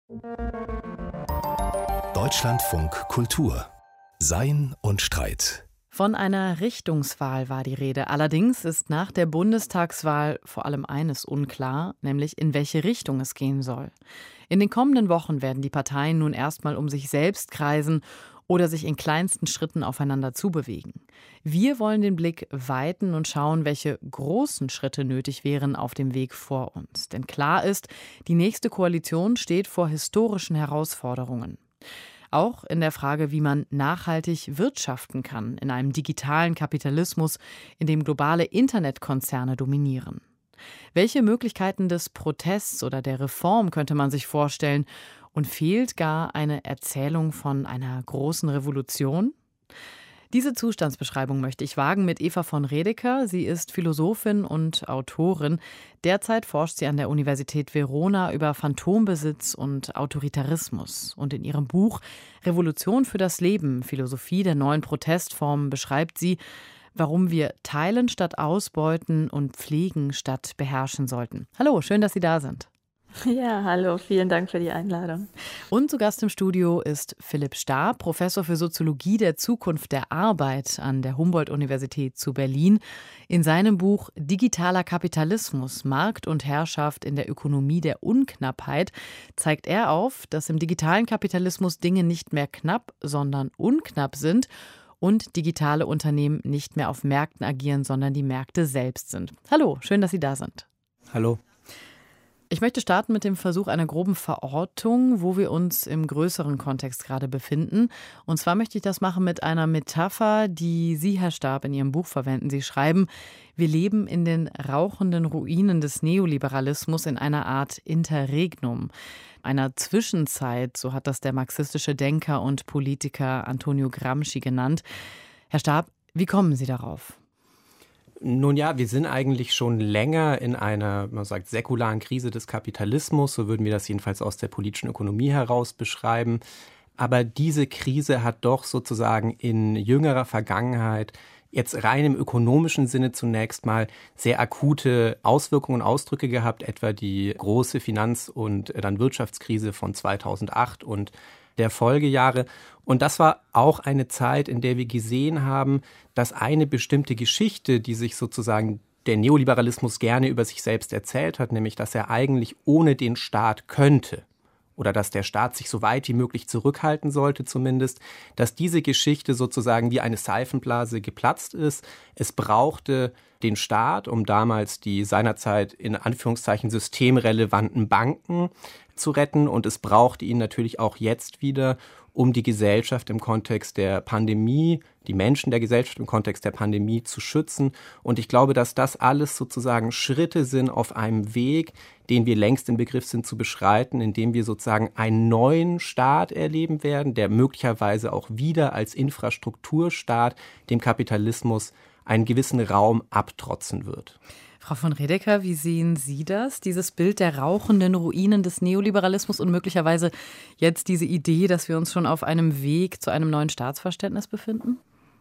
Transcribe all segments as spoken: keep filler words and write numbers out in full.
Deutschlandfunk Kultur. Sein und Streit. Von einer Richtungswahl war die Rede. Allerdings ist nach der Bundestagswahl vor allem eines unklar, nämlich in welche Richtung es gehen soll. In den kommenden Wochen werden die Parteien nun erstmal um sich selbst kreisen oder sich in kleinsten Schritten aufeinander zubewegen. Wir wollen den Blick weiten und schauen, welche großen Schritte nötig wären auf dem Weg vor uns. Denn klar ist, die nächste Koalition steht vor historischen Herausforderungen. Auch in der Frage, wie man nachhaltig wirtschaften kann in einem digitalen Kapitalismus, in dem globale Internetkonzerne dominieren. Welche Möglichkeiten des Protests oder der Reform könnte man sich vorstellen? Und fehlt gar eine Erzählung von einer großen Revolution? Diese Zustandsbeschreibung möchte ich wagen mit Eva von Redeker. Sie ist Philosophin und Autorin. Derzeit forscht sie an der Universität Verona über Phantombesitz und Autoritarismus. Und in ihrem Buch Revolution für das Leben, Philosophie der neuen Protestformen beschreibt sie, warum wir teilen statt ausbeuten und pflegen statt beherrschen sollten. Hallo, schön, dass Sie da sind. Ja, hallo, vielen Dank für die Einladung. Und zu Gast im Studio ist Philipp Starr, Professor für Soziologie der Zukunft der Arbeit an der Humboldt-Universität zu Berlin. In seinem Buch Digitaler Kapitalismus, Markt und Herrschaft in der Ökonomie der Unknappheit zeigt er auf, dass im digitalen Kapitalismus Dinge nicht mehr knapp, sondern unknapp sind und digitale Unternehmen nicht mehr auf Märkten agieren, sondern die Märkte selbst sind. Hallo, schön, dass Sie da sind. Hallo. Ich möchte starten mit dem Versuch einer groben Verortung, wo wir uns im größeren Kontext gerade befinden. Und zwar möchte ich das machen mit einer Metapher, die Sie, Herr Starr, in Ihrem Buch verwenden. Sie schreiben, wir leben in den rauchenden Ruinen des Neoliberalismus in einer Art Interregnum, einer Zwischenzeit, so hat das der marxistische Denker und Politiker Antonio Gramsci genannt. Herr Starr, wie kommen Sie darauf? Nun ja, wir sind eigentlich schon länger in einer, man sagt, säkularen Krise des Kapitalismus, so würden wir das jedenfalls aus der politischen Ökonomie heraus beschreiben. Aber diese Krise hat doch sozusagen in jüngerer Vergangenheit jetzt rein im ökonomischen Sinne zunächst mal sehr akute Auswirkungen und Ausdrücke gehabt, etwa die große Finanz- und dann Wirtschaftskrise von zweitausendacht und der Folgejahre. Und das war auch eine Zeit, in der wir gesehen haben, dass eine bestimmte Geschichte, die sich sozusagen der Neoliberalismus gerne über sich selbst erzählt hat, nämlich dass er eigentlich ohne den Staat könnte oder dass der Staat sich so weit wie möglich zurückhalten sollte zumindest, dass diese Geschichte sozusagen wie eine Seifenblase geplatzt ist. Es brauchte den Staat, um damals die seinerzeit in Anführungszeichen systemrelevanten Banken zu retten, und es braucht ihn natürlich auch jetzt wieder, um die Gesellschaft im Kontext der Pandemie, die Menschen der Gesellschaft im Kontext der Pandemie zu schützen. Und ich glaube, dass das alles sozusagen Schritte sind auf einem Weg, den wir längst im Begriff sind zu beschreiten, indem wir sozusagen einen neuen Staat erleben werden, der möglicherweise auch wieder als Infrastrukturstaat dem Kapitalismus einen gewissen Raum abtrotzen wird. Frau von Redeker, wie sehen Sie das, dieses Bild der rauchenden Ruinen des Neoliberalismus und möglicherweise jetzt diese Idee, dass wir uns schon auf einem Weg zu einem neuen Staatsverständnis befinden?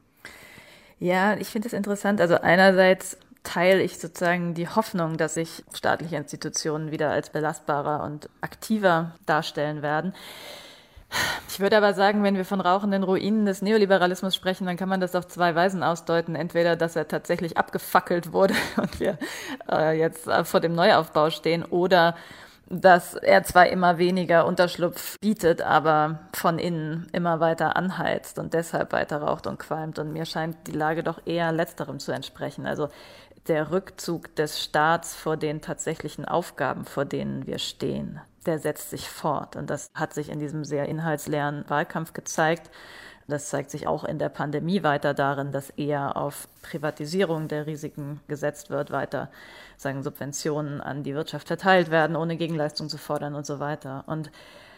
Ja, ich finde es interessant. Also einerseits teile ich sozusagen die Hoffnung, dass sich staatliche Institutionen wieder als belastbarer und aktiver darstellen werden. Ich würde aber sagen, wenn wir von rauchenden Ruinen des Neoliberalismus sprechen, dann kann man das auf zwei Weisen ausdeuten. Entweder, dass er tatsächlich abgefackelt wurde und wir äh, jetzt äh, vor dem Neuaufbau stehen, oder dass er zwar immer weniger Unterschlupf bietet, aber von innen immer weiter anheizt und deshalb weiter raucht und qualmt. Und mir scheint die Lage doch eher letzterem zu entsprechen. Also der Rückzug des Staats vor den tatsächlichen Aufgaben, vor denen wir stehen, der setzt sich fort. Und das hat sich in diesem sehr inhaltsleeren Wahlkampf gezeigt. Das zeigt sich auch in der Pandemie weiter darin, dass eher auf Privatisierung der Risiken gesetzt wird, weiter sagen Subventionen an die Wirtschaft verteilt werden, ohne Gegenleistung zu fordern und so weiter. Und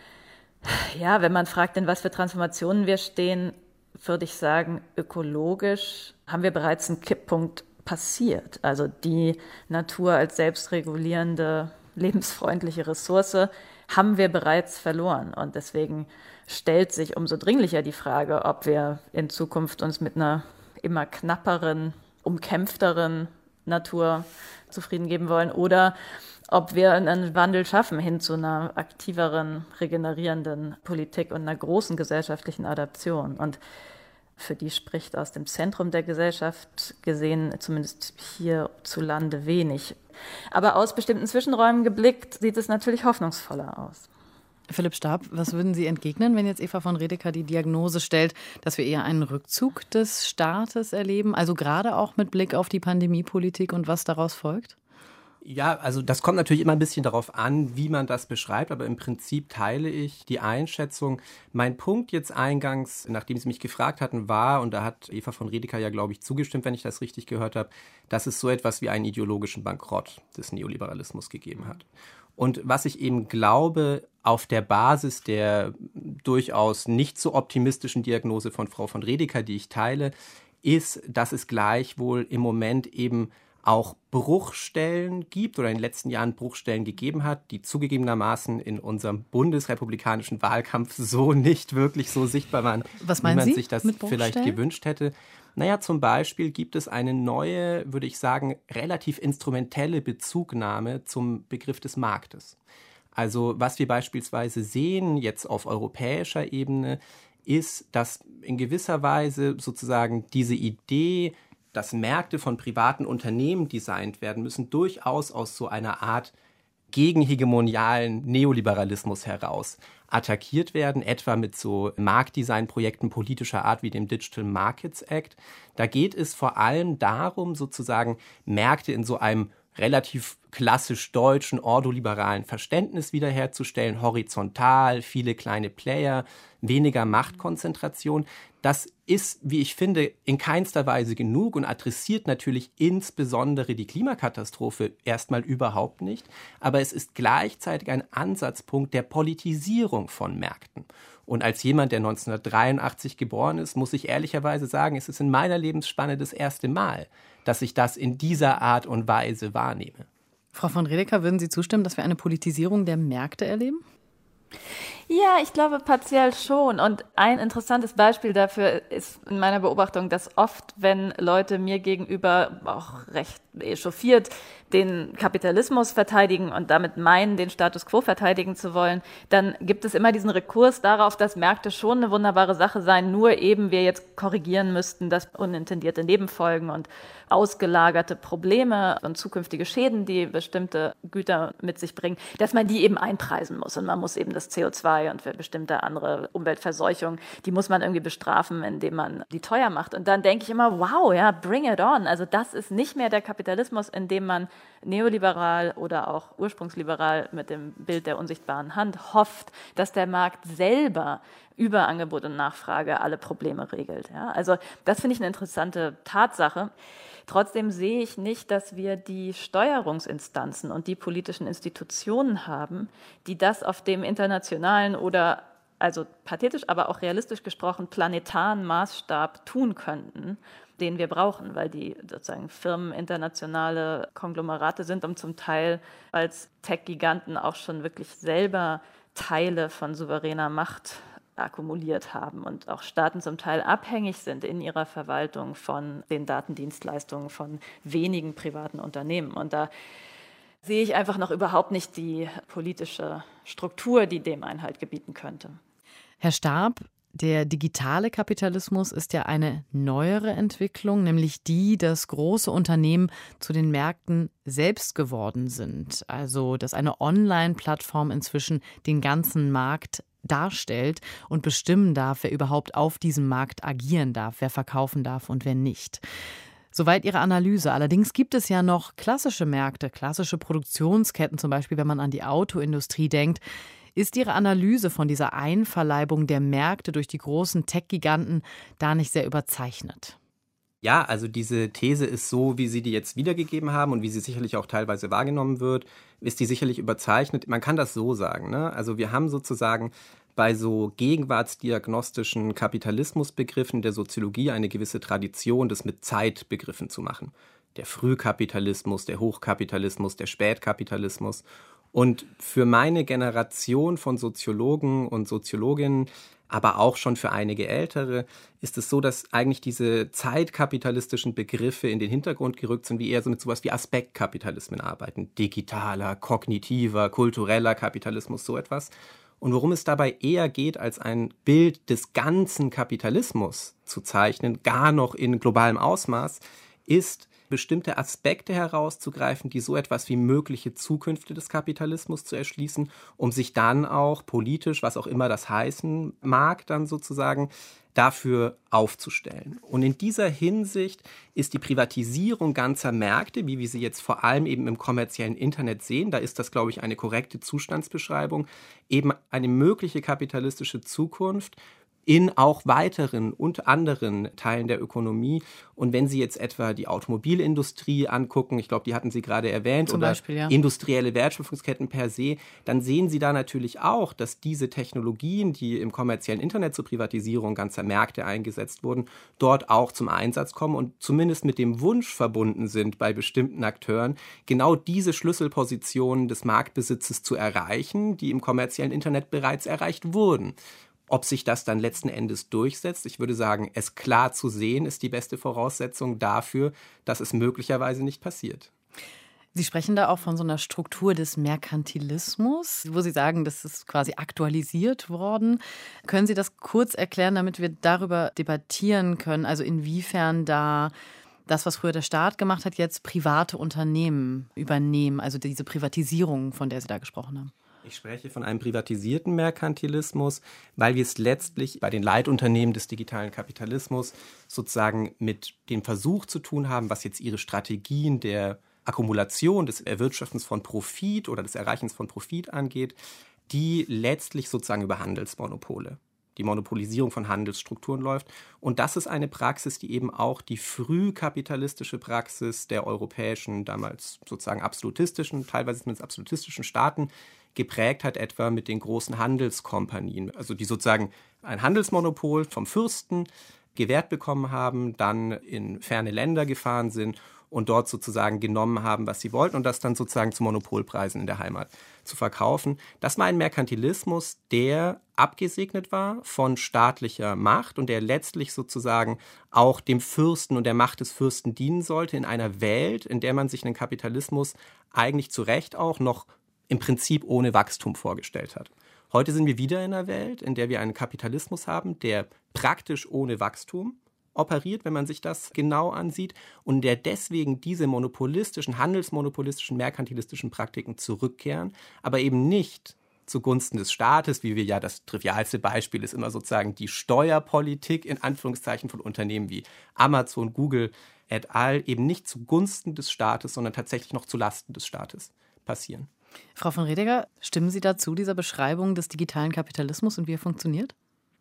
ja, wenn man fragt, in was für Transformationen wir stehen, würde ich sagen, ökologisch haben wir bereits einen Kipppunkt passiert. Also die Natur als selbstregulierende, lebensfreundliche Ressource haben wir bereits verloren. Und deswegen stellt sich umso dringlicher die Frage, ob wir in Zukunft uns mit einer immer knapperen, umkämpfteren Natur zufrieden geben wollen oder ob wir einen Wandel schaffen hin zu einer aktiveren, regenerierenden Politik und einer großen gesellschaftlichen Adaption. Und für die spricht aus dem Zentrum der Gesellschaft gesehen, zumindest hierzulande, wenig. Aber aus bestimmten Zwischenräumen geblickt, sieht es natürlich hoffnungsvoller aus. Philipp Stab, was würden Sie entgegnen, wenn jetzt Eva von Redeker die Diagnose stellt, dass wir eher einen Rückzug des Staates erleben, also gerade auch mit Blick auf die Pandemiepolitik und was daraus folgt? Ja, also das kommt natürlich immer ein bisschen darauf an, wie man das beschreibt, aber im Prinzip teile ich die Einschätzung. Mein Punkt jetzt eingangs, nachdem Sie mich gefragt hatten, war, und da hat Eva von Redeker ja, glaube ich, zugestimmt, wenn ich das richtig gehört habe, dass es so etwas wie einen ideologischen Bankrott des Neoliberalismus gegeben hat. Und was ich eben glaube, auf der Basis der durchaus nicht so optimistischen Diagnose von Frau von Redeker, die ich teile, ist, dass es gleichwohl im Moment eben auch Bruchstellen gibt oder in den letzten Jahren Bruchstellen gegeben hat, die zugegebenermaßen in unserem bundesrepublikanischen Wahlkampf so nicht wirklich so sichtbar waren, Was wie meinen man Sie sich das mit vielleicht gewünscht hätte. Naja, zum Beispiel gibt es eine neue, würde ich sagen, relativ instrumentelle Bezugnahme zum Begriff des Marktes. Also was wir beispielsweise sehen jetzt auf europäischer Ebene, ist, dass in gewisser Weise sozusagen diese Idee, dass Märkte von privaten Unternehmen designt werden müssen, durchaus aus so einer Art gegenhegemonialen Neoliberalismus heraus attackiert werden, etwa mit so Marktdesignprojekten politischer Art wie dem Digital Markets Act. Da geht es vor allem darum, sozusagen Märkte in so einem relativ klassisch deutschen, ordoliberalen Verständnis wiederherzustellen, horizontal, viele kleine Player, weniger Machtkonzentration. Das ist, wie ich finde, in keinster Weise genug und adressiert natürlich insbesondere die Klimakatastrophe erstmal überhaupt nicht. Aber es ist gleichzeitig ein Ansatzpunkt der Politisierung von Märkten. Und als jemand, der neunzehnhundertdreiundachtzig geboren ist, muss ich ehrlicherweise sagen, es ist in meiner Lebensspanne das erste Mal, dass ich das in dieser Art und Weise wahrnehme. Frau von Redeker, würden Sie zustimmen, dass wir eine Politisierung der Märkte erleben? Ja, ich glaube partiell schon. Und ein interessantes Beispiel dafür ist in meiner Beobachtung, dass oft, wenn Leute mir gegenüber auch recht echauffiert den Kapitalismus verteidigen und damit meinen, den Status quo verteidigen zu wollen, dann gibt es immer diesen Rekurs darauf, dass Märkte schon eine wunderbare Sache seien, nur eben wir jetzt korrigieren müssten, dass unintendierte Nebenfolgen und ausgelagerte Probleme und zukünftige Schäden, die bestimmte Güter mit sich bringen, dass man die eben einpreisen muss. Und man muss eben das C O zwei und für bestimmte andere Umweltverseuchung, die muss man irgendwie bestrafen, indem man die teuer macht. Und dann denke ich immer, wow, ja, bring it on. Also das ist nicht mehr der Kapitalismus, in dem man neoliberal oder auch ursprungsliberal mit dem Bild der unsichtbaren Hand hofft, dass der Markt selber über Angebot und Nachfrage alle Probleme regelt. Ja, also das finde ich eine interessante Tatsache. Trotzdem sehe ich nicht, dass wir die Steuerungsinstanzen und die politischen Institutionen haben, die das auf dem internationalen oder, also pathetisch, aber auch realistisch gesprochen, planetaren Maßstab tun könnten, den wir brauchen, weil die sozusagen Firmen internationale Konglomerate sind und zum Teil als Tech-Giganten auch schon wirklich selber Teile von souveräner Macht akkumuliert haben und auch Staaten zum Teil abhängig sind in ihrer Verwaltung von den Datendienstleistungen von wenigen privaten Unternehmen. Und da sehe ich einfach noch überhaupt nicht die politische Struktur, die dem Einhalt gebieten könnte. Herr Stab, der digitale Kapitalismus ist ja eine neuere Entwicklung, nämlich die, dass große Unternehmen zu den Märkten selbst geworden sind. Also, dass eine Online-Plattform inzwischen den ganzen Markt darstellt und bestimmen darf, wer überhaupt auf diesem Markt agieren darf, wer verkaufen darf und wer nicht. Soweit Ihre Analyse. Allerdings gibt es ja noch klassische Märkte, klassische Produktionsketten, zum Beispiel wenn man an die Autoindustrie denkt. Ist Ihre Analyse von dieser Einverleibung der Märkte durch die großen Tech-Giganten da nicht sehr überzeichnet? Ja, also diese These ist so, wie Sie die jetzt wiedergegeben haben und wie sie sicherlich auch teilweise wahrgenommen wird, ist die sicherlich überzeichnet. Man kann das so sagen, ne? Also wir haben sozusagen bei so gegenwartsdiagnostischen Kapitalismusbegriffen der Soziologie eine gewisse Tradition, das mit Zeitbegriffen zu machen. Der Frühkapitalismus, der Hochkapitalismus, der Spätkapitalismus. Und für meine Generation von Soziologen und Soziologinnen aber auch schon für einige Ältere, ist es so, dass eigentlich diese zeitkapitalistischen Begriffe in den Hintergrund gerückt sind, wie eher so mit sowas wie Aspektkapitalismen arbeiten. Digitaler, kognitiver, kultureller Kapitalismus, so etwas. Und worum es dabei eher geht, als ein Bild des ganzen Kapitalismus zu zeichnen, gar noch in globalem Ausmaß, ist, bestimmte Aspekte herauszugreifen, die so etwas wie mögliche Zukünfte des Kapitalismus zu erschließen, um sich dann auch politisch, was auch immer das heißen mag, dann sozusagen dafür aufzustellen. Und in dieser Hinsicht ist die Privatisierung ganzer Märkte, wie wir sie jetzt vor allem eben im kommerziellen Internet sehen, da ist das, glaube ich, eine korrekte Zustandsbeschreibung, eben eine mögliche kapitalistische Zukunft, in auch weiteren und anderen Teilen der Ökonomie. Und wenn Sie jetzt etwa die Automobilindustrie angucken, ich glaube, die hatten Sie gerade erwähnt, Zum oder Beispiel, ja. industrielle Wertschöpfungsketten per se, dann sehen Sie da natürlich auch, dass diese Technologien, die im kommerziellen Internet zur Privatisierung ganzer Märkte eingesetzt wurden, dort auch zum Einsatz kommen und zumindest mit dem Wunsch verbunden sind bei bestimmten Akteuren, genau diese Schlüsselpositionen des Marktbesitzes zu erreichen, die im kommerziellen Internet bereits erreicht wurden. Ob sich das dann letzten Endes durchsetzt, ich würde sagen, es klar zu sehen, ist die beste Voraussetzung dafür, dass es möglicherweise nicht passiert. Sie sprechen da auch von so einer Struktur des Merkantilismus, wo Sie sagen, das ist quasi aktualisiert worden. Können Sie das kurz erklären, damit wir darüber debattieren können? Also inwiefern da das, was früher der Staat gemacht hat, jetzt private Unternehmen übernehmen, also diese Privatisierung, von der Sie da gesprochen haben? Ich spreche von einem privatisierten Merkantilismus, weil wir es letztlich bei den Leitunternehmen des digitalen Kapitalismus sozusagen mit dem Versuch zu tun haben, was jetzt ihre Strategien der Akkumulation, des Erwirtschaftens von Profit oder des Erreichens von Profit angeht, die letztlich sozusagen über Handelsmonopole, die Monopolisierung von Handelsstrukturen läuft. Und das ist eine Praxis, die eben auch die frühkapitalistische Praxis der europäischen, damals sozusagen absolutistischen, teilweise zumindest absolutistischen Staaten geprägt hat, etwa mit den großen Handelskompanien, also die sozusagen ein Handelsmonopol vom Fürsten gewährt bekommen haben, dann in ferne Länder gefahren sind und dort sozusagen genommen haben, was sie wollten und das dann sozusagen zu Monopolpreisen in der Heimat zu verkaufen. Das war ein Merkantilismus, der abgesegnet war von staatlicher Macht und der letztlich sozusagen auch dem Fürsten und der Macht des Fürsten dienen sollte in einer Welt, in der man sich einen Kapitalismus eigentlich zu Recht auch noch im Prinzip ohne Wachstum vorgestellt hat. Heute sind wir wieder in einer Welt, in der wir einen Kapitalismus haben, der praktisch ohne Wachstum operiert, wenn man sich das genau ansieht, und der deswegen diese monopolistischen, handelsmonopolistischen, merkantilistischen Praktiken zurückkehren, aber eben nicht zugunsten des Staates, wie wir ja, das trivialste Beispiel ist immer sozusagen die Steuerpolitik in Anführungszeichen von Unternehmen wie Amazon, Google et al., eben nicht zugunsten des Staates, sondern tatsächlich noch zulasten des Staates passieren. Frau von Rediger, stimmen Sie dazu, dieser Beschreibung des digitalen Kapitalismus und wie er funktioniert?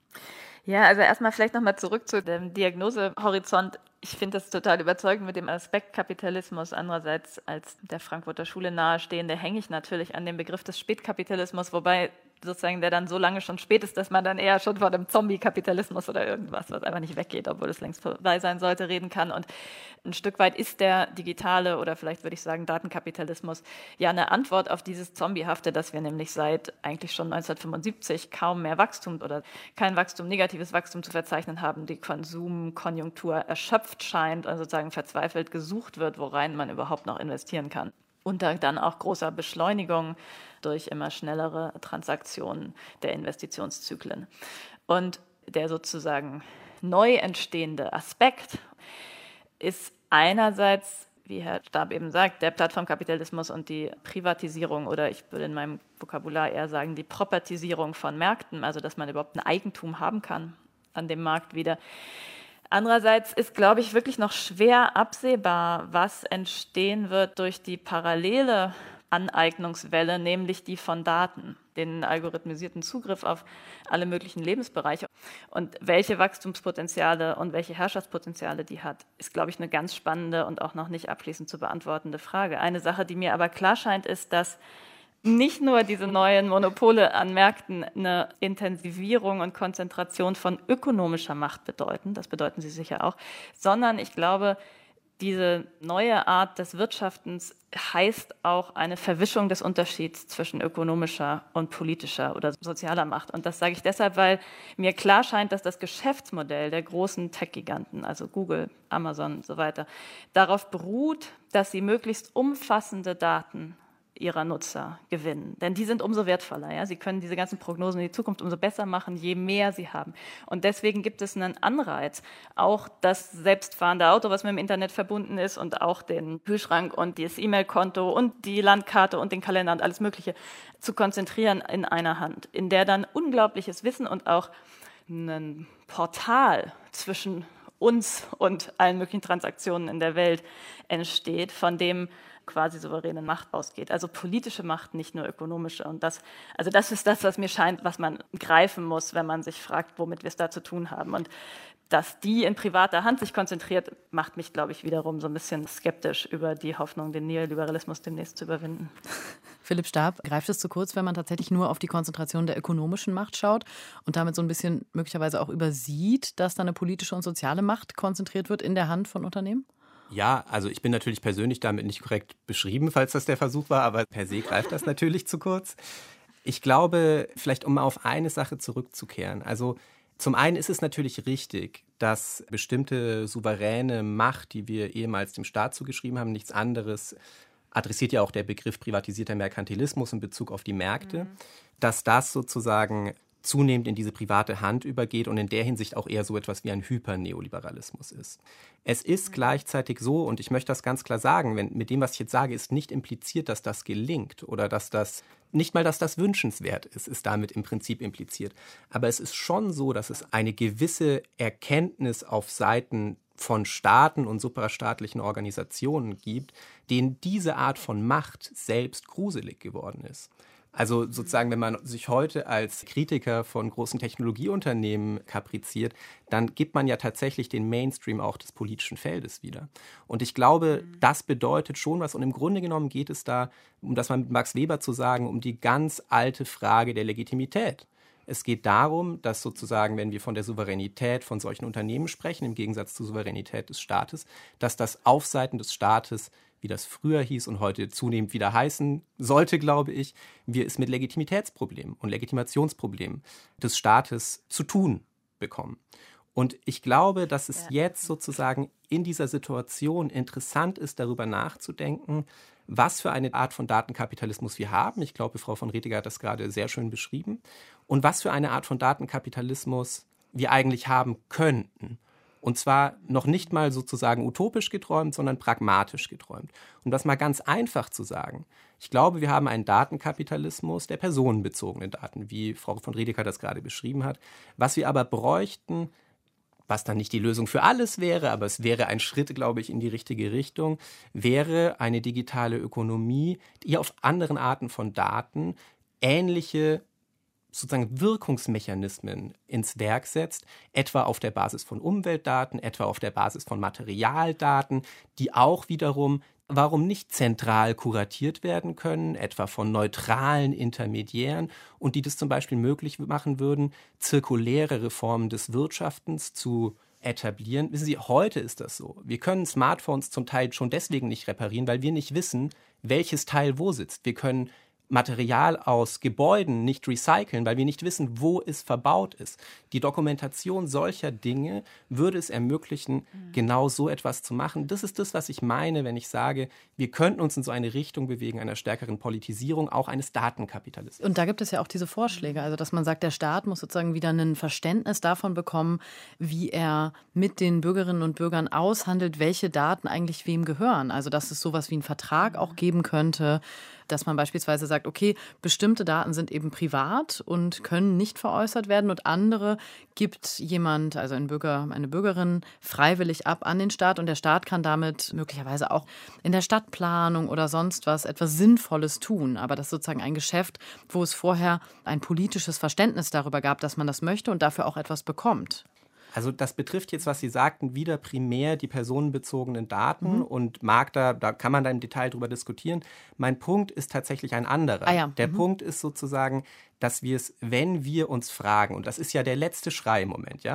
Ja, also erstmal vielleicht nochmal zurück zu dem Diagnosehorizont. Ich finde das total überzeugend mit dem Aspektkapitalismus. Andererseits als der Frankfurter Schule nahestehende hänge ich natürlich an dem Begriff des Spätkapitalismus, wobei sozusagen der dann so lange schon spät ist, dass man dann eher schon vor dem Zombie-Kapitalismus oder irgendwas, was einfach nicht weggeht, obwohl es längst vorbei sein sollte, reden kann. Und ein Stück weit ist der digitale oder vielleicht würde ich sagen Datenkapitalismus ja eine Antwort auf dieses Zombiehafte, dass wir nämlich seit eigentlich schon neunzehnhundertfünfundsiebzig kaum mehr Wachstum oder kein Wachstum, negatives Wachstum zu verzeichnen haben, die Konsumkonjunktur erschöpft scheint, also sozusagen verzweifelt gesucht wird, worein man überhaupt noch investieren kann. Unter dann auch großer Beschleunigung durch immer schnellere Transaktionen der Investitionszyklen. Und der sozusagen neu entstehende Aspekt ist einerseits, wie Herr Stab eben sagt, der Plattformkapitalismus und die Privatisierung oder ich würde in meinem Vokabular eher sagen, die Propertisierung von Märkten, also dass man überhaupt ein Eigentum haben kann an dem Markt wieder. Andererseits ist, glaube ich, wirklich noch schwer absehbar, was entstehen wird durch die parallele Aneignungswelle, nämlich die von Daten, den algorithmisierten Zugriff auf alle möglichen Lebensbereiche. Und welche Wachstumspotenziale und welche Herrschaftspotenziale die hat, ist, glaube ich, eine ganz spannende und auch noch nicht abschließend zu beantwortende Frage. Eine Sache, die mir aber klar scheint, ist, dass nicht nur diese neuen Monopole an Märkten eine Intensivierung und Konzentration von ökonomischer Macht bedeuten, das bedeuten sie sicher auch, sondern ich glaube, Diese neue Art des Wirtschaftens heißt auch eine Verwischung des Unterschieds zwischen ökonomischer und politischer oder sozialer Macht. Und das sage ich deshalb, weil mir klar scheint, dass das Geschäftsmodell der großen Tech-Giganten, also Google, Amazon und so weiter, darauf beruht, dass sie möglichst umfassende Daten ihrer Nutzer gewinnen. Denn die sind umso wertvoller. Ja? Sie können diese ganzen Prognosen in die Zukunft umso besser machen, je mehr sie haben. Und deswegen gibt es einen Anreiz, auch das selbstfahrende Auto, was mit dem Internet verbunden ist, und auch den Kühlschrank und das E-Mail-Konto und die Landkarte und den Kalender und alles Mögliche zu konzentrieren in einer Hand, in der dann unglaubliches Wissen und auch ein Portal zwischen uns und allen möglichen Transaktionen in der Welt entsteht, von dem quasi souveräne Macht ausgeht. Also politische Macht, nicht nur ökonomische. Und das, also das ist das, was mir scheint, was man greifen muss, wenn man sich fragt, womit wir es da zu tun haben. Und dass die in privater Hand sich konzentriert, macht mich, glaube ich, wiederum so ein bisschen skeptisch über die Hoffnung, den Neoliberalismus demnächst zu überwinden. Philipp Stab, greift es zu kurz, wenn man tatsächlich nur auf die Konzentration der ökonomischen Macht schaut und damit so ein bisschen möglicherweise auch übersieht, dass da eine politische und soziale Macht konzentriert wird in der Hand von Unternehmen? Ja, also ich bin natürlich persönlich damit nicht korrekt beschrieben, falls das der Versuch war, aber per se greift das natürlich zu kurz. Ich glaube, vielleicht um mal auf eine Sache zurückzukehren. Also zum einen ist es natürlich richtig, dass bestimmte souveräne Macht, die wir ehemals dem Staat zugeschrieben haben, nichts anderes, adressiert ja auch der Begriff privatisierter Merkantilismus in Bezug auf die Märkte, mhm. dass das sozusagen zunehmend in diese private Hand übergeht und in der Hinsicht auch eher so etwas wie ein Hyperneoliberalismus ist. Es ist gleichzeitig so, und ich möchte das ganz klar sagen, wenn, mit dem, was ich jetzt sage, ist nicht impliziert, dass das gelingt oder dass das, nicht mal, dass das wünschenswert ist, ist damit im Prinzip impliziert. Aber es ist schon so, dass es eine gewisse Erkenntnis auf Seiten von Staaten und suprastaatlichen Organisationen gibt, denen diese Art von Macht selbst gruselig geworden ist. Also sozusagen, wenn man sich heute als Kritiker von großen Technologieunternehmen kapriziert, dann gibt man ja tatsächlich den Mainstream auch des politischen Feldes wieder. Und ich glaube, das bedeutet schon was. Und im Grunde genommen geht es da, um das mal mit Max Weber zu sagen, um die ganz alte Frage der Legitimität. Es geht darum, dass sozusagen, wenn wir von der Souveränität von solchen Unternehmen sprechen, im Gegensatz zur Souveränität des Staates, dass das auf Seiten des Staates, wie das früher hieß und heute zunehmend wieder heißen sollte, glaube ich, wir es mit Legitimitätsproblemen und Legitimationsproblemen des Staates zu tun bekommen. Und ich glaube, dass es jetzt sozusagen in dieser Situation interessant ist, darüber nachzudenken, was für eine Art von Datenkapitalismus wir haben. Ich glaube, Frau von Retiger hat das gerade sehr schön beschrieben. Und was für eine Art von Datenkapitalismus wir eigentlich haben könnten. Und zwar noch nicht mal sozusagen utopisch geträumt, sondern pragmatisch geträumt. Um das mal ganz einfach zu sagen. Ich glaube, wir haben einen Datenkapitalismus der personenbezogenen Daten, wie Frau von Retiger das gerade beschrieben hat. Was wir aber bräuchten, was dann nicht die Lösung für alles wäre, aber es wäre ein Schritt, glaube ich, in die richtige Richtung, wäre eine digitale Ökonomie, die auf anderen Arten von Daten ähnliche sozusagen Wirkungsmechanismen ins Werk setzt, etwa auf der Basis von Umweltdaten, etwa auf der Basis von Materialdaten, die auch wiederum, warum nicht zentral kuratiert werden können, etwa von neutralen Intermediären und die das zum Beispiel möglich machen würden, zirkuläre Reformen des Wirtschaftens zu etablieren. Wissen Sie, heute ist das so. Wir können Smartphones zum Teil schon deswegen nicht reparieren, weil wir nicht wissen, welches Teil wo sitzt. Wir können Material aus Gebäuden nicht recyceln, weil wir nicht wissen, wo es verbaut ist. Die Dokumentation solcher Dinge würde es ermöglichen, mhm. genau so etwas zu machen. Das ist das, was ich meine, wenn ich sage, wir könnten uns in so eine Richtung bewegen, einer stärkeren Politisierung, auch eines Datenkapitalismus. Und da gibt es ja auch diese Vorschläge, also dass man sagt, der Staat muss sozusagen wieder ein Verständnis davon bekommen, wie er mit den Bürgerinnen und Bürgern aushandelt, welche Daten eigentlich wem gehören. Also dass es sowas wie einen Vertrag auch geben könnte, dass man beispielsweise sagt, okay, bestimmte Daten sind eben privat und können nicht veräußert werden und andere gibt jemand, also ein Bürger, eine Bürgerin, freiwillig ab an den Staat und der Staat kann damit möglicherweise auch in der Stadtplanung oder sonst was etwas Sinnvolles tun. Aber das ist sozusagen ein Geschäft, wo es vorher ein politisches Verständnis darüber gab, dass man das möchte und dafür auch etwas bekommt. Also das betrifft jetzt, was Sie sagten, wieder primär die personenbezogenen Daten mhm. und mag da, da kann man da im Detail drüber diskutieren. Mein Punkt ist tatsächlich ein anderer. Ah ja. Der mhm. Punkt ist sozusagen, dass wir es, wenn wir uns fragen, und das ist ja der letzte Schrei im Moment, ja,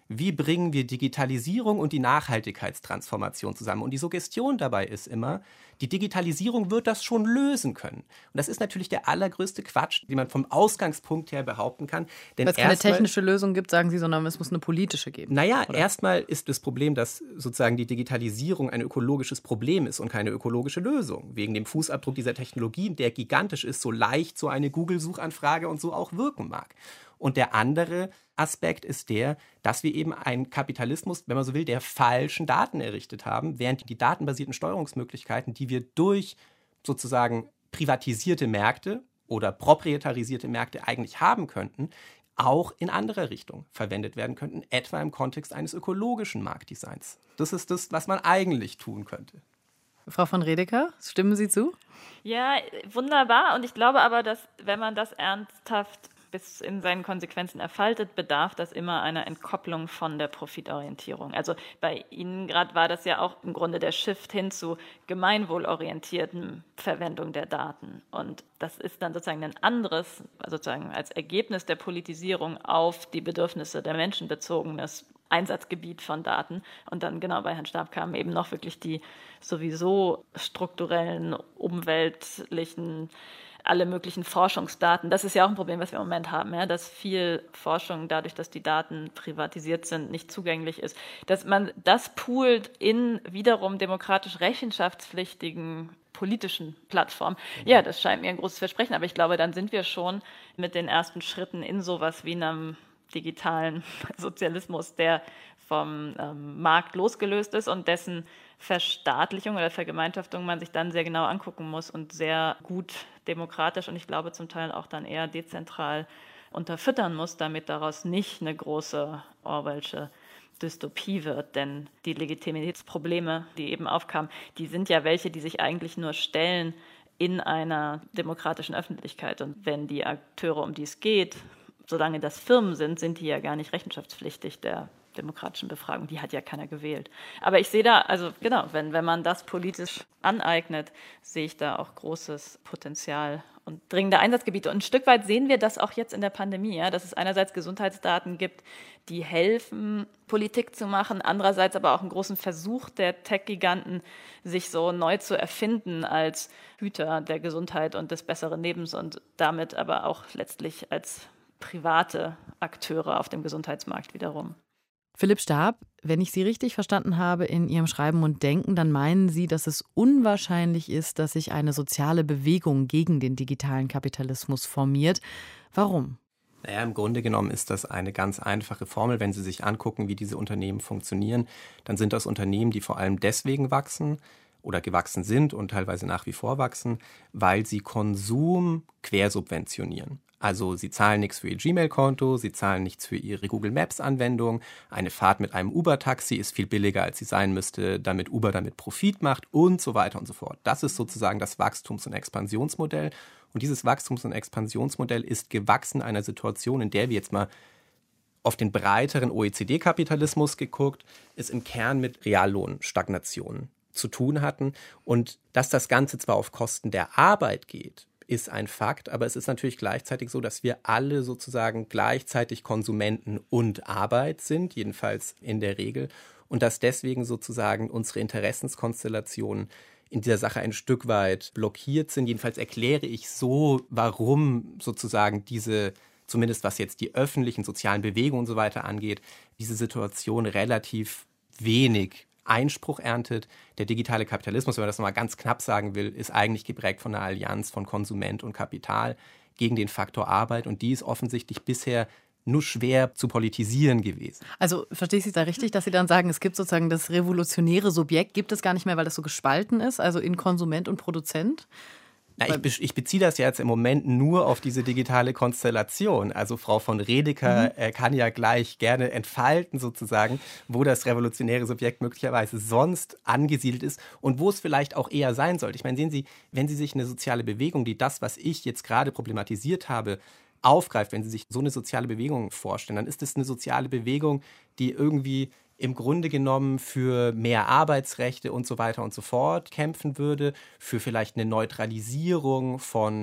wie bringen wir Digitalisierung und die Nachhaltigkeitstransformation zusammen. Und die Suggestion dabei ist immer, die Digitalisierung wird das schon lösen können. Und das ist natürlich der allergrößte Quatsch, den man vom Ausgangspunkt her behaupten kann. Weil es keine technische Lösung gibt, sagen Sie, sondern es muss eine politische geben. Naja, oder? Erstmal ist das Problem, dass sozusagen die Digitalisierung ein ökologisches Problem ist und keine ökologische Lösung. Wegen dem Fußabdruck dieser Technologien, der gigantisch ist, so leicht so eine Google-Suchanfrage und so auch wirken mag. Und der andere Aspekt ist der, dass wir eben einen Kapitalismus, wenn man so will, der falschen Daten errichtet haben, während die datenbasierten Steuerungsmöglichkeiten, die wir durch sozusagen privatisierte Märkte oder proprietarisierte Märkte eigentlich haben könnten, auch in anderer Richtung verwendet werden könnten, etwa im Kontext eines ökologischen Marktdesigns. Das ist das, was man eigentlich tun könnte. Frau von Redeker, stimmen Sie zu? Ja, wunderbar. Und ich glaube aber, dass, wenn man das ernsthaft bis in seinen Konsequenzen erfaltet, bedarf das immer einer Entkopplung von der Profitorientierung. Also bei Ihnen gerade war das ja auch im Grunde der Shift hin zu gemeinwohlorientierten Verwendung der Daten. Und das ist dann sozusagen ein anderes, sozusagen als Ergebnis der Politisierung auf die Bedürfnisse der Menschen bezogenes Einsatzgebiet von Daten. Und dann genau bei Herrn Staab kamen eben noch wirklich die sowieso strukturellen, umweltlichen, alle möglichen Forschungsdaten. Das ist ja auch ein Problem, was wir im Moment haben, ja, dass viel Forschung dadurch, dass die Daten privatisiert sind, nicht zugänglich ist. Dass man das poolt in wiederum demokratisch rechenschaftspflichtigen politischen Plattformen. Ja, das scheint mir ein großes Versprechen, aber ich glaube, dann sind wir schon mit den ersten Schritten in sowas wie einem digitalen Sozialismus, der vom ähm, Markt losgelöst ist und dessen Verstaatlichung oder Vergemeinschaftung man sich dann sehr genau angucken muss und sehr gut demokratisch und ich glaube zum Teil auch dann eher dezentral unterfüttern muss, damit daraus nicht eine große Orwellsche Dystopie wird. Denn die Legitimitätsprobleme, die eben aufkamen, die sind ja welche, die sich eigentlich nur stellen in einer demokratischen Öffentlichkeit. Und wenn die Akteure, um die es geht, solange das Firmen sind, sind die ja gar nicht rechenschaftspflichtig der demokratischen Befragung. Die hat ja keiner gewählt. Aber ich sehe da, also genau, wenn, wenn man das politisch aneignet, sehe ich da auch großes Potenzial und dringende Einsatzgebiete. Und ein Stück weit sehen wir das auch jetzt in der Pandemie, ja, dass es einerseits Gesundheitsdaten gibt, die helfen, Politik zu machen, andererseits aber auch einen großen Versuch der Tech-Giganten, sich so neu zu erfinden als Hüter der Gesundheit und des besseren Lebens und damit aber auch letztlich als private Akteure auf dem Gesundheitsmarkt wiederum. Philipp Staab, wenn ich Sie richtig verstanden habe in Ihrem Schreiben und Denken, dann meinen Sie, dass es unwahrscheinlich ist, dass sich eine soziale Bewegung gegen den digitalen Kapitalismus formiert. Warum? Naja, im Grunde genommen ist das eine ganz einfache Formel. Wenn Sie sich angucken, wie diese Unternehmen funktionieren, dann sind das Unternehmen, die vor allem deswegen wachsen oder gewachsen sind und teilweise nach wie vor wachsen, weil sie Konsum quersubventionieren. Also sie zahlen nichts für ihr Gmail-Konto, sie zahlen nichts für ihre Google Maps-Anwendung. Eine Fahrt mit einem Uber-Taxi ist viel billiger, als sie sein müsste, damit Uber damit Profit macht und so weiter und so fort. Das ist sozusagen das Wachstums- und Expansionsmodell. Und dieses Wachstums- und Expansionsmodell ist gewachsen einer Situation, in der wir jetzt mal auf den breiteren O E C D-Kapitalismus geguckt, es im Kern mit Reallohnstagnationen zu tun hatten. Und dass das Ganze zwar auf Kosten der Arbeit geht, ist ein Fakt, aber es ist natürlich gleichzeitig so, dass wir alle sozusagen gleichzeitig Konsumenten und Arbeit sind, jedenfalls in der Regel, und dass deswegen sozusagen unsere Interessenskonstellationen in dieser Sache ein Stück weit blockiert sind. Jedenfalls erkläre ich so, warum sozusagen diese, zumindest was jetzt die öffentlichen sozialen Bewegungen und so weiter angeht, diese Situation relativ wenig Einspruch erntet. Der digitale Kapitalismus, wenn man das nochmal ganz knapp sagen will, ist eigentlich geprägt von einer Allianz von Konsument und Kapital gegen den Faktor Arbeit. Und die ist offensichtlich bisher nur schwer zu politisieren gewesen. Also verstehe ich Sie da richtig, dass Sie dann sagen, es gibt sozusagen das revolutionäre Subjekt, gibt es gar nicht mehr, weil das so gespalten ist, also in Konsument und Produzent? Na, ich, be- ich beziehe das ja jetzt im Moment nur auf diese digitale Konstellation. Also Frau von Redeker mhm. äh, kann ja gleich gerne entfalten sozusagen, wo das revolutionäre Subjekt möglicherweise sonst angesiedelt ist und wo es vielleicht auch eher sein sollte. Ich meine, sehen Sie, wenn Sie sich eine soziale Bewegung, die das, was ich jetzt gerade problematisiert habe, aufgreift, wenn Sie sich so eine soziale Bewegung vorstellen, dann ist es eine soziale Bewegung, die irgendwie im Grunde genommen für mehr Arbeitsrechte und so weiter und so fort kämpfen würde, für vielleicht eine Neutralisierung von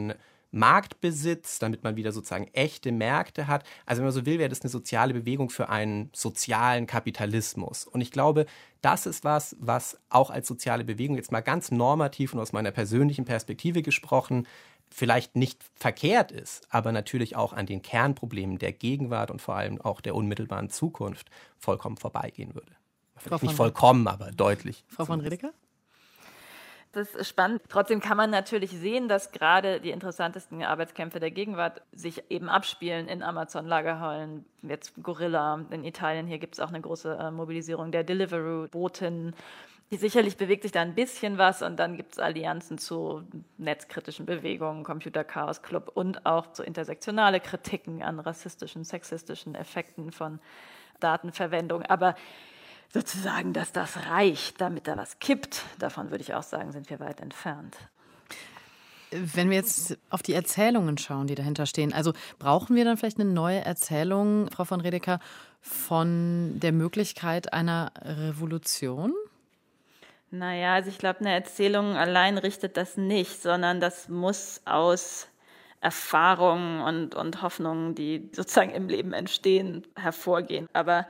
Marktbesitz, damit man wieder sozusagen echte Märkte hat. Also wenn man so will, wäre das eine soziale Bewegung für einen sozialen Kapitalismus. Und ich glaube, das ist was, was auch als soziale Bewegung jetzt mal ganz normativ und aus meiner persönlichen Perspektive gesprochen vielleicht nicht verkehrt ist, aber natürlich auch an den Kernproblemen der Gegenwart und vor allem auch der unmittelbaren Zukunft vollkommen vorbeigehen würde. Vielleicht nicht vollkommen, aber deutlich. Frau von Redeker? Das ist spannend. Trotzdem kann man natürlich sehen, dass gerade die interessantesten Arbeitskämpfe der Gegenwart sich eben abspielen in Amazon-Lagerhallen, jetzt Gorilla in Italien. Hier gibt es auch eine große äh, Mobilisierung der Deliveroo-Boten. Sicherlich bewegt sich da ein bisschen was und dann gibt es Allianzen zu netzkritischen Bewegungen, Computer Chaos Club und auch zu intersektionale Kritiken an rassistischen, sexistischen Effekten von Datenverwendung. Aber sozusagen, dass das reicht, damit da was kippt, davon würde ich auch sagen, sind wir weit entfernt. Wenn wir jetzt auf die Erzählungen schauen, die dahinter stehen, also brauchen wir dann vielleicht eine neue Erzählung, Frau von Redeker, von der Möglichkeit einer Revolution? Naja, also ich glaube, eine Erzählung allein richtet das nicht, sondern das muss aus Erfahrungen und, und Hoffnungen, die sozusagen im Leben entstehen, hervorgehen. Aber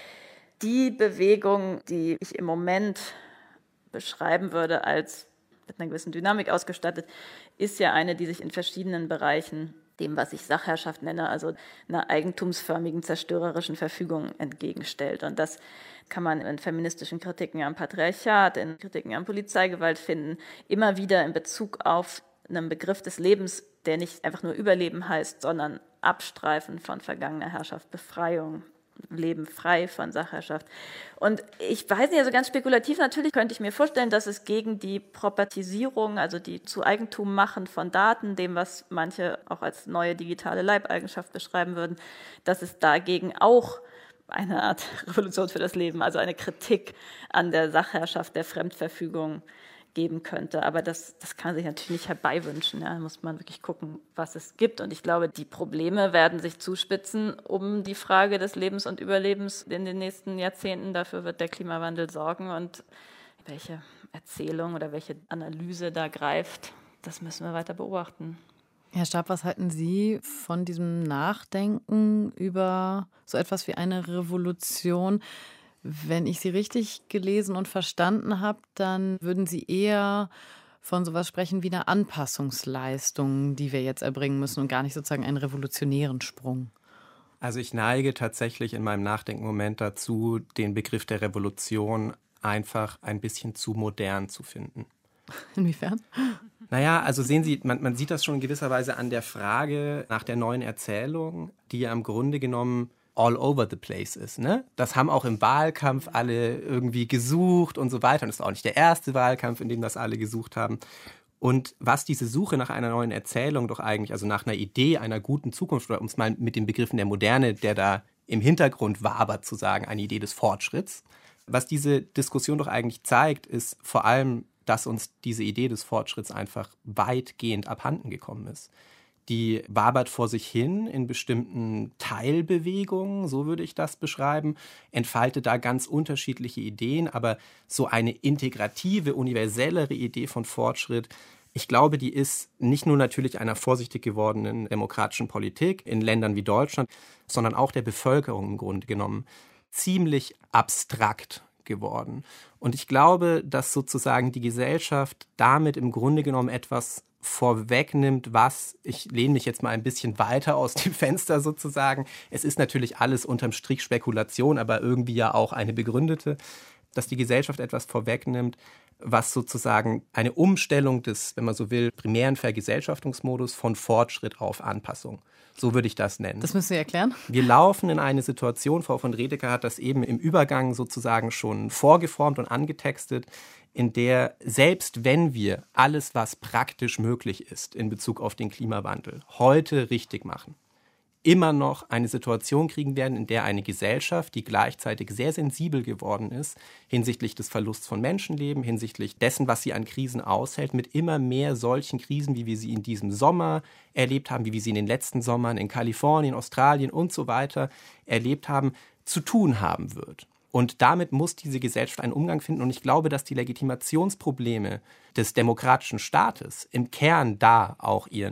die Bewegung, die ich im Moment beschreiben würde als mit einer gewissen Dynamik ausgestattet, ist ja eine, die sich in verschiedenen Bereichen dem, was ich Sachherrschaft nenne, also einer eigentumsförmigen, zerstörerischen Verfügung entgegenstellt. Und das kann man in feministischen Kritiken am Patriarchat, in Kritiken an Polizeigewalt finden, immer wieder in Bezug auf einen Begriff des Lebens, der nicht einfach nur Überleben heißt, sondern Abstreifen von vergangener Herrschaft, Befreiung, Leben frei von Sachherrschaft. Und ich weiß nicht, also ganz spekulativ natürlich könnte ich mir vorstellen, dass es gegen die Propertisierung, also die zu Eigentum machen von Daten, dem, was manche auch als neue digitale Leibeigenschaft beschreiben würden, dass es dagegen auch eine Art Revolution für das Leben, also eine Kritik an der Sachherrschaft der Fremdverfügung geben könnte. Aber das, das kann sich natürlich nicht herbeiwünschen. Ja. Da muss man wirklich gucken, was es gibt. Und ich glaube, die Probleme werden sich zuspitzen um die Frage des Lebens und Überlebens in den nächsten Jahrzehnten. Dafür wird der Klimawandel sorgen. Und welche Erzählung oder welche Analyse da greift, das müssen wir weiter beobachten. Herr Stab, was halten Sie von diesem Nachdenken über so etwas wie eine Revolution? Wenn ich Sie richtig gelesen und verstanden habe, dann würden Sie eher von sowas sprechen wie einer Anpassungsleistung, die wir jetzt erbringen müssen und gar nicht sozusagen einen revolutionären Sprung. Also ich neige tatsächlich in meinem Nachdenkmoment dazu, den Begriff der Revolution einfach ein bisschen zu modern zu finden. Inwiefern? Naja, also sehen Sie, man, man sieht das schon in gewisser Weise an der Frage nach der neuen Erzählung, die ja im Grunde genommen all over the place ist. Ne? Das haben auch im Wahlkampf alle irgendwie gesucht und so weiter. Und das ist auch nicht der erste Wahlkampf, in dem das alle gesucht haben. Und was diese Suche nach einer neuen Erzählung doch eigentlich, also nach einer Idee einer guten Zukunft, oder um es mal mit den Begriffen der Moderne, der da im Hintergrund wabert, zu sagen, eine Idee des Fortschritts. Was diese Diskussion doch eigentlich zeigt, ist vor allem, dass uns diese Idee des Fortschritts einfach weitgehend abhanden gekommen ist. Die wabert vor sich hin in bestimmten Teilbewegungen, so würde ich das beschreiben, entfaltet da ganz unterschiedliche Ideen, aber so eine integrative, universellere Idee von Fortschritt, ich glaube, die ist nicht nur natürlich einer vorsichtig gewordenen demokratischen Politik in Ländern wie Deutschland, sondern auch der Bevölkerung im Grunde genommen ziemlich abstrakt geworden. Und ich glaube, dass sozusagen die Gesellschaft damit im Grunde genommen etwas vorwegnimmt, was, ich lehne mich jetzt mal ein bisschen weiter aus dem Fenster sozusagen, es ist natürlich alles unterm Strich Spekulation, aber irgendwie ja auch eine begründete, dass die Gesellschaft etwas vorwegnimmt, was sozusagen eine Umstellung des, wenn man so will, primären Vergesellschaftungsmodus von Fortschritt auf Anpassung. So würde ich das nennen. Das müssen Sie erklären. Wir laufen in eine Situation, Frau von Redeker hat das eben im Übergang sozusagen schon vorgeformt und angetextet, in der selbst wenn wir alles, was praktisch möglich ist in Bezug auf den Klimawandel, heute richtig machen, immer noch eine Situation kriegen werden, in der eine Gesellschaft, die gleichzeitig sehr sensibel geworden ist, hinsichtlich des Verlusts von Menschenleben, hinsichtlich dessen, was sie an Krisen aushält, mit immer mehr solchen Krisen, wie wir sie in diesem Sommer erlebt haben, wie wir sie in den letzten Sommern in Kalifornien, Australien und so weiter erlebt haben, zu tun haben wird. Und damit muss diese Gesellschaft einen Umgang finden. Und ich glaube, dass die Legitimationsprobleme des demokratischen Staates im Kern da auch ihren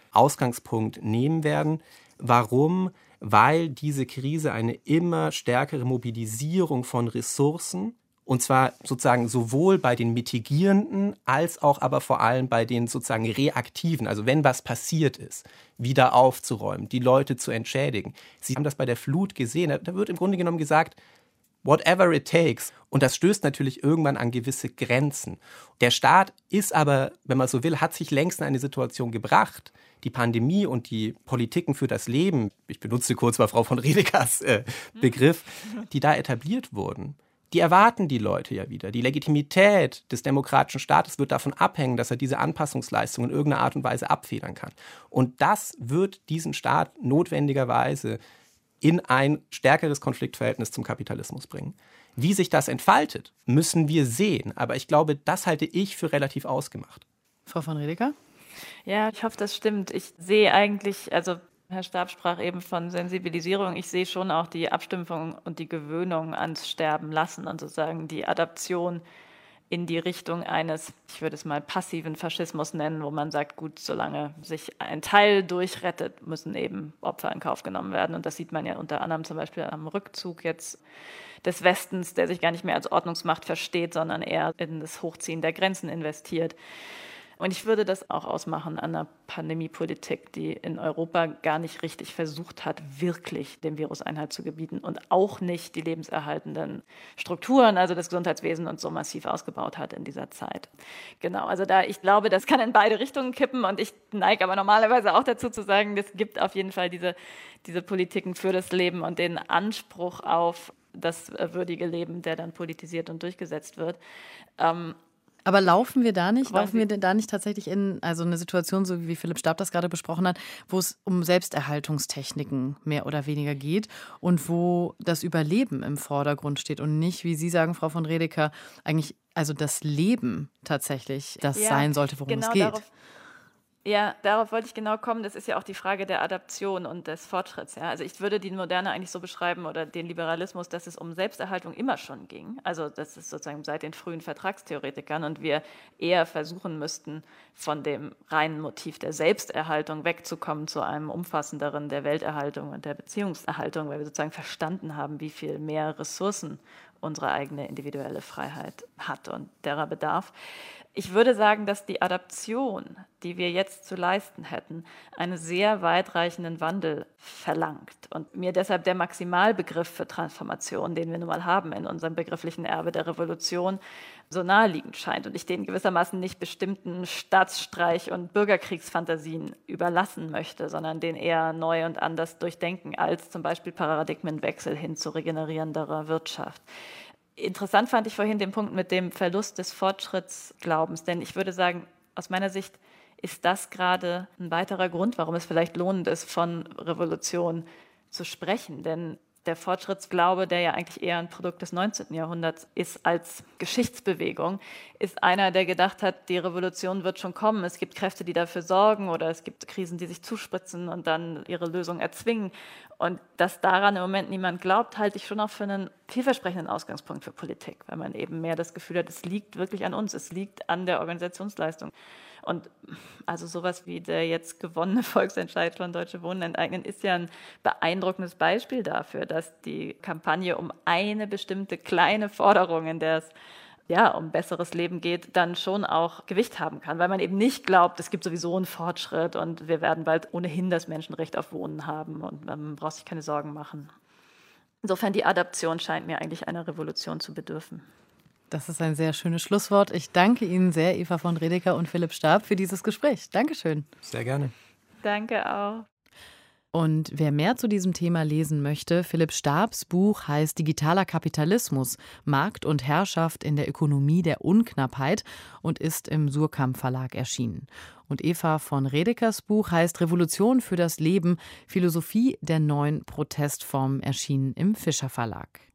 Ausgangspunkt nehmen werden. Warum? Weil diese Krise eine immer stärkere Mobilisierung von Ressourcen, und zwar sozusagen sowohl bei den mitigierenden als auch aber vor allem bei den sozusagen reaktiven, also wenn was passiert ist, wieder aufzuräumen, die Leute zu entschädigen. Sie haben das bei der Flut gesehen, da wird im Grunde genommen gesagt, whatever it takes. Und das stößt natürlich irgendwann an gewisse Grenzen. Der Staat ist aber, wenn man so will, hat sich längst in eine Situation gebracht. Die Pandemie und die Politiken für das Leben, ich benutze kurz mal Frau von Redekers äh, Begriff, die da etabliert wurden, die erwarten die Leute ja wieder. Die Legitimität des demokratischen Staates wird davon abhängen, dass er diese Anpassungsleistungen in irgendeiner Art und Weise abfedern kann. Und das wird diesen Staat notwendigerweise in ein stärkeres Konfliktverhältnis zum Kapitalismus bringen. Wie sich das entfaltet, müssen wir sehen. Aber ich glaube, das halte ich für relativ ausgemacht. Frau von Redeker? Ja, ich hoffe, das stimmt. Ich sehe eigentlich, also Herr Staab sprach eben von Sensibilisierung. Ich sehe schon auch die Abstumpfung und die Gewöhnung ans Sterben lassen und sozusagen die Adaption in die Richtung eines, ich würde es mal passiven Faschismus nennen, wo man sagt, gut, solange sich ein Teil durchrettet, müssen eben Opfer in Kauf genommen werden. Und das sieht man ja unter anderem zum Beispiel am Rückzug jetzt des Westens, der sich gar nicht mehr als Ordnungsmacht versteht, sondern eher in das Hochziehen der Grenzen investiert. Und ich würde das auch ausmachen an einer Pandemiepolitik, die in Europa gar nicht richtig versucht hat, wirklich dem Virus Einhalt zu gebieten und auch nicht die lebenserhaltenden Strukturen, also das Gesundheitswesen und so massiv ausgebaut hat in dieser Zeit. Genau, also da ich glaube, das kann in beide Richtungen kippen und ich neige aber normalerweise auch dazu zu sagen, es gibt auf jeden Fall diese, diese Politiken für das Leben und den Anspruch auf das würdige Leben, der dann politisiert und durchgesetzt wird. Ähm, Aber laufen wir da nicht, laufen wir denn da nicht tatsächlich in also eine Situation, so wie Philipp Staab das gerade besprochen hat, wo es um Selbsterhaltungstechniken mehr oder weniger geht und wo das Überleben im Vordergrund steht und nicht, wie Sie sagen, Frau von Redeker, eigentlich also das Leben tatsächlich das ja, sein sollte, worum genau es geht? Darauf, ja, darauf wollte ich genau kommen. Das ist ja auch die Frage der Adaption und des Fortschritts. Ja. Also ich würde die Moderne eigentlich so beschreiben oder den Liberalismus, dass es um Selbsterhaltung immer schon ging. Also das ist sozusagen seit den frühen Vertragstheoretikern und wir eher versuchen müssten, von dem reinen Motiv der Selbsterhaltung wegzukommen zu einem umfassenderen der Welterhaltung und der Beziehungserhaltung, weil wir sozusagen verstanden haben, wie viel mehr Ressourcen unsere eigene individuelle Freiheit hat und derer bedarf. Ich würde sagen, dass die Adaption, die wir jetzt zu leisten hätten, einen sehr weitreichenden Wandel verlangt und mir deshalb der Maximalbegriff für Transformation, den wir nun mal haben in unserem begrifflichen Erbe der Revolution, so naheliegend scheint und ich den gewissermaßen nicht bestimmten Staatsstreich- und Bürgerkriegsfantasien überlassen möchte, sondern den eher neu und anders durchdenken als zum Beispiel Paradigmenwechsel hin zu regenerierenderer Wirtschaft. Interessant fand ich vorhin den Punkt mit dem Verlust des Fortschrittsglaubens, denn ich würde sagen, aus meiner Sicht ist das gerade ein weiterer Grund, warum es vielleicht lohnend ist, von Revolution zu sprechen, denn der Fortschrittsglaube, der ja eigentlich eher ein Produkt des neunzehnten Jahrhunderts ist als Geschichtsbewegung, ist einer, der gedacht hat, die Revolution wird schon kommen. Es gibt Kräfte, die dafür sorgen oder es gibt Krisen, die sich zuspritzen und dann ihre Lösung erzwingen. Und dass daran im Moment niemand glaubt, halte ich schon auch für einen vielversprechenden Ausgangspunkt für Politik, weil man eben mehr das Gefühl hat, es liegt wirklich an uns, es liegt an der Organisationsleistung. Und also sowas wie der jetzt gewonnene Volksentscheid von Deutsche Wohnen enteignen ist ja ein beeindruckendes Beispiel dafür, dass die Kampagne um eine bestimmte kleine Forderung, in der es ja um besseres Leben geht, dann schon auch Gewicht haben kann, weil man eben nicht glaubt, es gibt sowieso einen Fortschritt und wir werden bald ohnehin das Menschenrecht auf Wohnen haben und man braucht sich keine Sorgen machen. Insofern die Adaption scheint mir eigentlich einer Revolution zu bedürfen. Das ist ein sehr schönes Schlusswort. Ich danke Ihnen sehr, Eva von Redeker und Philipp Staab, für dieses Gespräch. Dankeschön. Sehr gerne. Danke auch. Und wer mehr zu diesem Thema lesen möchte, Philipp Staabs Buch heißt Digitaler Kapitalismus, Markt und Herrschaft in der Ökonomie der Unknappheit und ist im Suhrkamp Verlag erschienen. Und Eva von Redekers Buch heißt Revolution für das Leben, Philosophie der neuen Protestformen, erschienen im Fischer Verlag.